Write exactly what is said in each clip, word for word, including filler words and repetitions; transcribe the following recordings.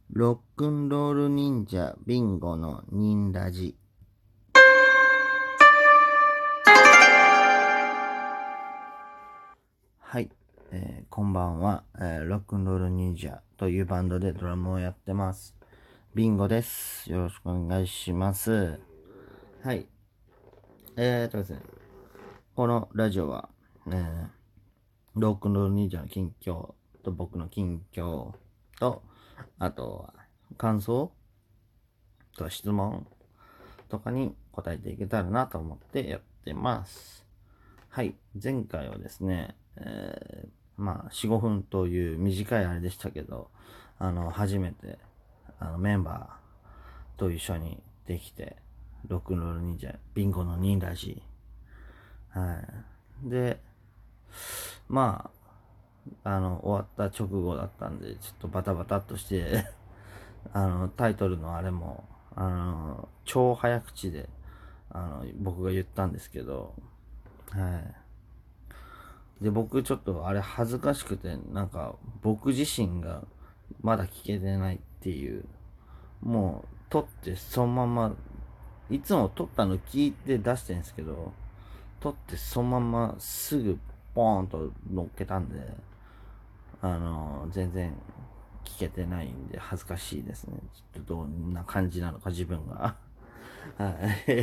ロックンロール忍者ビンゴの忍ラジ。はい、えーこんばんは、えーロックンロール忍者というバンドでドラムをやってますビンゴです。よろしくお願いします。はい、えーとですねこのラジオは、えーロックンロール忍者の近況と僕の近況と、あとは感想と質問とかに答えていけたらなと思ってやってます。はい、前回はですね、えー、まあよん、ごふんという短いあれでしたけど、あの初めてあのメンバーと一緒にできて、ロックンロール忍者ビンゴの忍ラジ、はい、で、まああの終わった直後だったんで、ちょっとバタバタっとしてあのタイトルのあれもあの超早口であの僕が言ったんですけど、はいで、僕ちょっとあれ恥ずかしくて、なんか僕自身がまだ聞けてないっていう、もう撮ってそのまま、いつも撮ったの聞いて出してるんですけど、撮ってそのまますぐポーンと乗っけたんで、あの、全然聞けてないんで恥ずかしいですね。ちょっとどんな感じなのか自分が。はい。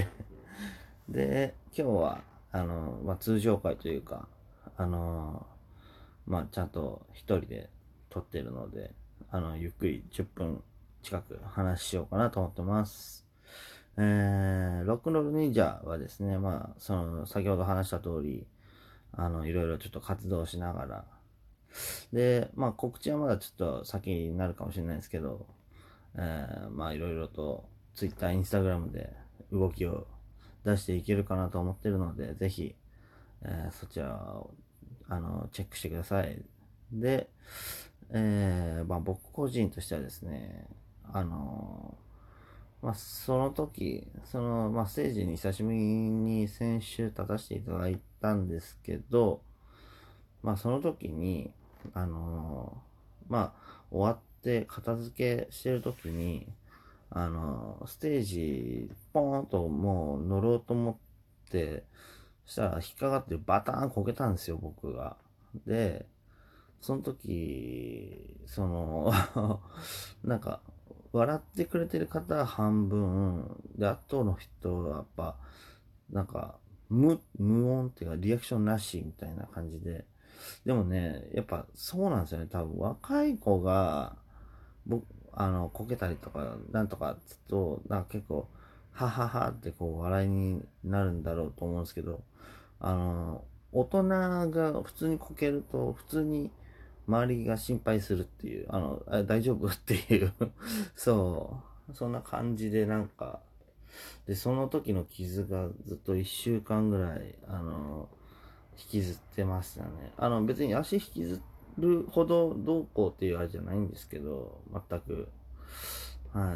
で、今日は、あの、まあ、通常回というか、あの、まあ、ちゃんと一人で撮ってるので、あの、ゆっくりじゅっぷん近く話しようかなと思ってます。えー、ロックンロール忍者はですね、まあ、その、先ほど話した通り、あの、いろいろちょっと活動しながら、で、まあ、告知はまだちょっと先になるかもしれないですけど、えー、まあ、いろいろと、Twitter、Instagram で動きを出していけるかなと思ってるので、ぜひ、えーそちらをあのチェックしてください。で、えーまあ、僕個人としてはですね、あのまあ、その時、その、まあ、ステージに久しぶりに先週立たせていただいたんですけど、まあ、その時に、あのまあ、終わって片付けしてる時に、あのステージ、ポーンともう乗ろうと思って、そしたら引っかかってバターンこけたんですよ、僕が。で、その時、そのなんか、笑ってくれてる方は半分、で、後の人はやっぱ、なんか、無、無音っていうか、リアクションなしみたいな感じで。でもね、やっぱそうなんですよね。多分、若い子が、僕、あの、こけたりとか、なんとかっつうと、なんか結構、はははってこう、笑いになるんだろうと思うんですけど、あの、大人が普通にこけると、普通に周りが心配するっていう、あの、あ大丈夫っていうそう、そんな感じでなんか、で、その時の傷がずっといっしゅうかんぐらい、あの、引きずってましたね。あの、別に足引きずるほどどうこうっていうあれじゃないんですけど、全く。はい。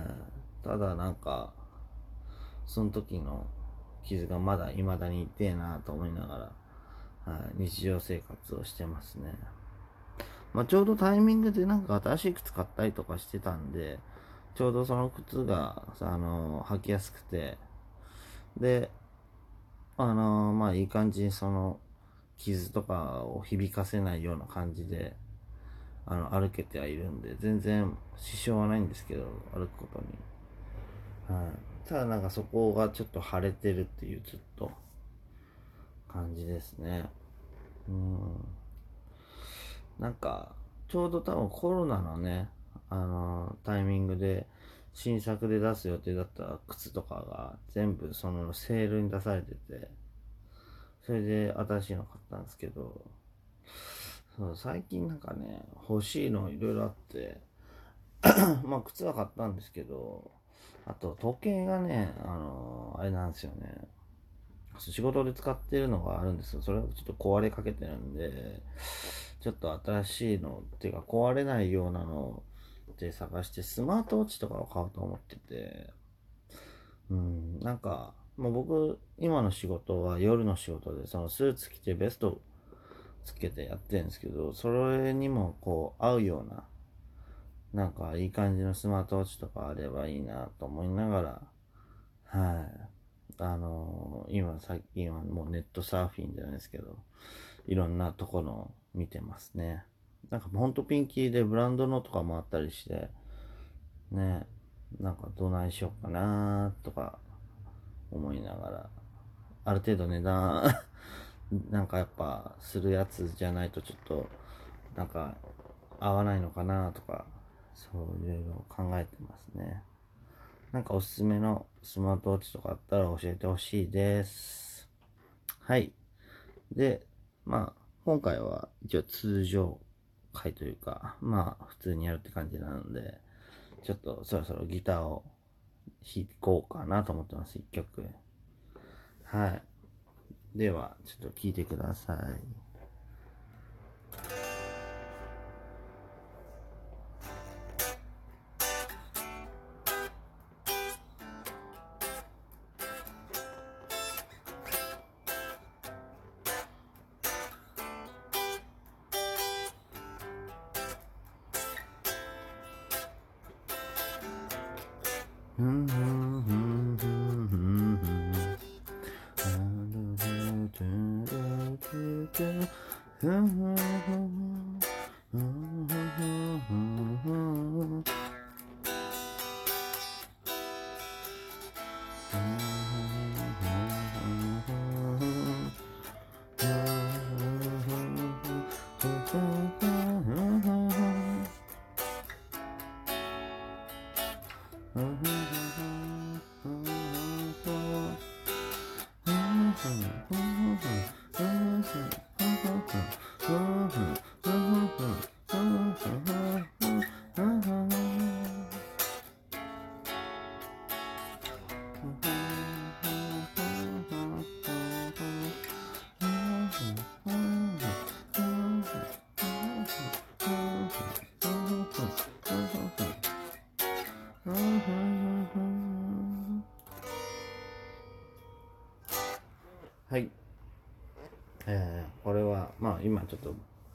ただなんか、その時の傷がまだ未だに痛えなと思いながら、はい、日常生活をしてますね。まあ、ちょうどタイミングでなんか新しい靴買ったりとかしてたんで、ちょうどその靴が、あの、履きやすくて、で、あの、まあいい感じにその、傷とかを響かせないような感じで、あの、歩けてはいるんで、全然支障はないんですけど、歩くことに。はい。ただなんかそこがちょっと腫れてるっていうずっと感じですね。うん。なんか、ちょうど多分コロナのね、あのタイミングで新作で出す予定だった靴とかが全部そのセールに出されてて、それで新しいの買ったんですけど、そう最近なんかね、欲しいのいろいろあって、まあ靴は買ったんですけど、あと時計がね、あのあれなんですよね。仕事で使ってるのがあるんですよ。それがちょっと壊れかけてるんで、ちょっと新しいのっていうか壊れないようなので探してスマートウォッチとかを買おうと思ってて、うん、なんか、もう僕、今の仕事は夜の仕事で、そのスーツ着てベストつけてやってるんですけど、それにもこう合うような、 なんかいい感じのスマートウォッチとかあればいいなと思いながら、はい。あのー今、最近はもうネットサーフィンじゃないですけど、いろんなところを見てますね。なんかほんとピンキーでブランドのとかもあったりして、ね、なんかどないしようかなとか思いながら、ある程度値段なんかやっぱするやつじゃないとちょっとなんか合わないのかなとか、そういろいろ考えてますね。なんかおすすめのスマートウォッチとかあったら教えてほしいです。はい。で、まあ、今回は一応通常回というか、まあ、普通にやるって感じなので、ちょっとそろそろギターを弾こうかなと思ってます、一曲。はい。では、ちょっと聴いてください。ふんふんふんふんふんふんふんふんはい。えー、これは、まあ今ちょっと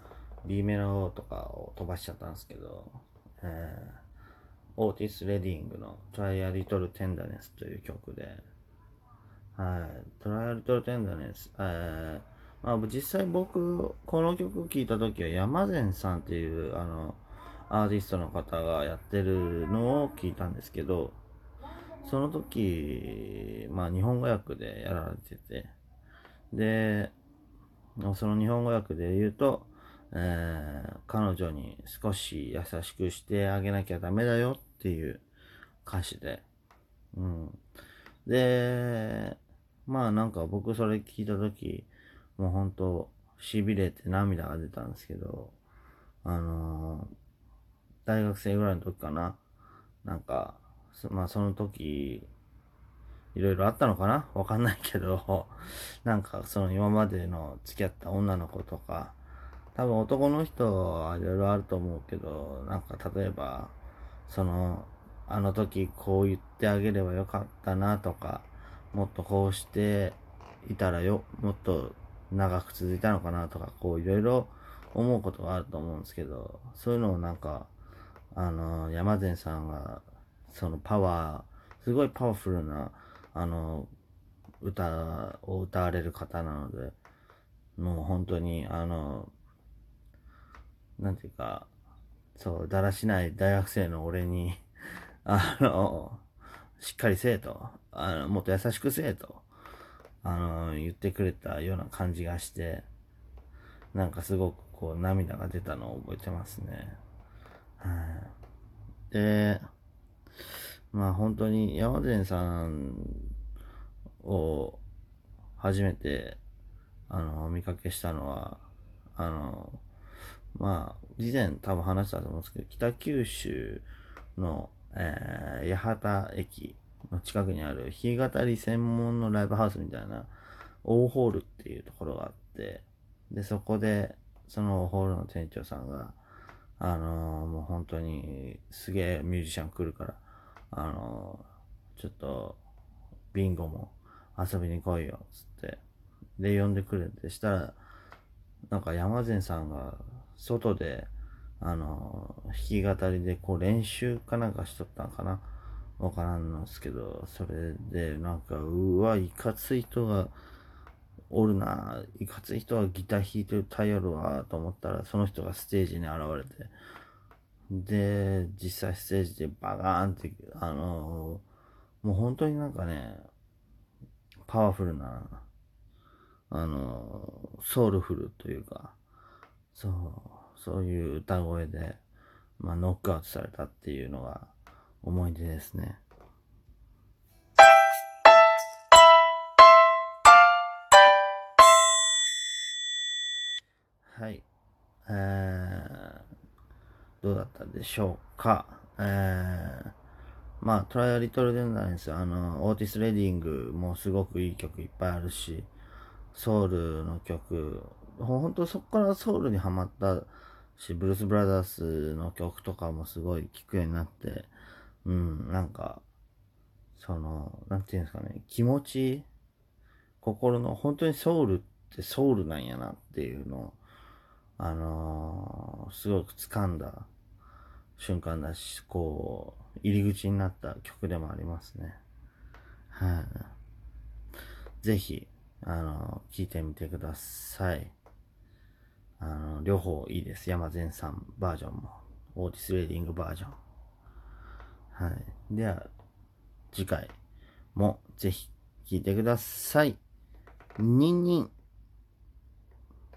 B メロとかを飛ばしちゃったんですけど、えー、オーティス・レディングの Try a Little Tenderness という曲で、はい、Try a Little Tenderness、えー、まあ実際僕、この曲聴いた時は山善さんっていう、あの、アーティストの方がやってるのを聞いたんですけど、その時、まあ日本語訳でやられてて、で、その日本語訳で言うと、えー彼女に少し優しくしてあげなきゃダメだよっていう歌詞で、うん。で、まあなんか僕それ聞いた時、もうほんと痺れて涙が出たんですけど、あのー大学生ぐらいの時かな。なんか、まあその時、いろいろあったのかなわかんないけど、なんかその今までの付き合った女の子とか、多分男の人はいろいろあると思うけど、なんか例えば、その、あの時こう言ってあげればよかったなとか、もっとこうしていたらよ、もっと長く続いたのかなとか、こういろいろ思うことがあると思うんですけど、そういうのをなんか、あの、山善さんが、そのパワー、すごいパワフルな、あの、歌を歌われる方なので、もう本当に、あの、なんていうか、そう、だらしない大学生の俺に、あの、しっかりせえと、あの、もっと優しくせえと、あの、言ってくれたような感じがして、なんかすごくこう涙が出たのを覚えてますね。はい。で、まあ本当に山善さんを初めて、あの、お見かけしたのは、あの、まあ、以前多分話したと思うんですけど、北九州の、えー、八幡駅の近くにある弾き語り専門のライブハウスみたいな、オーホールっていうところがあって、で、そこで、そのオーホールの店長さんが、あのーもう本当にすげえミュージシャン来るから、あのーちょっと、ビンゴも遊びに来いよ、つって。で、呼んでくれて、したら、なんか山善さんが外で、 あの、弾き語りでこう練習かなんかしとったんかな。わからんのですけど、それでなんか、うわ、いかつい人がおるな、いかつい人がギター弾いて歌いよるわ、と思ったら、その人がステージに現れて、で、実際ステージでバガーンって、あの、もう本当になんかね、パワフルな、あの、ソウルフルというか、そう、そういう歌声で、まあ、ノックアウトされたっていうのが思い出ですね。はい。えー、どうだったでしょうか。えー、まあ、トライアリトルデンダーですよ。あの、オーティス・レディングもすごくいい曲いっぱいあるし、ソウルの曲、ほんとそこからソウルにハマったし、ブルース・ブラザースの曲とかもすごい聴くようになって、うん、なんか、その、なんていうんですかね、気持ち、心の、本当にソウルってソウルなんやなっていうのを、あのーすごく掴んだ瞬間だし、こう、入り口になった曲でもありますね。はい。ぜひ、あのー聞いてみてください。あの、両方いいです。山善さんバージョンも、オーティス・レーディングバージョン。はい。では、次回もぜひ聴いてください。ニンニン。